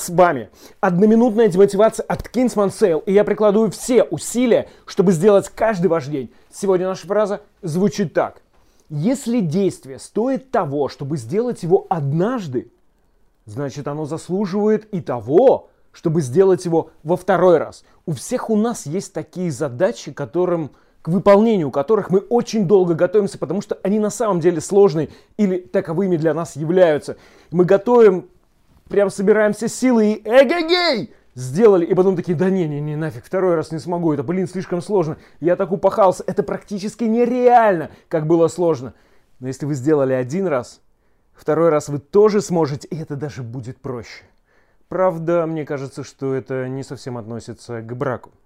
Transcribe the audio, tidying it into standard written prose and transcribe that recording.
С вами одноминутная демотивация от Kingsman Sale, и я прикладываю все усилия, чтобы сделать каждый ваш день. Сегодня наша фраза звучит так. Если действие стоит того, чтобы сделать его однажды, значит оно заслуживает и того, чтобы сделать его во второй раз. У всех у нас есть такие задачи, к выполнению которых мы очень долго готовимся, потому что они на самом деле сложные или таковыми для нас являются. Мы готовим, прям собираемся силы и эгегей! Сделали, и потом такие, да не, нафиг, второй раз не смогу, это, слишком сложно. Я так упахался, это практически нереально, как было сложно. Но если вы сделали один раз, второй раз вы тоже сможете, и это даже будет проще. Правда, мне кажется, что это не совсем относится к браку.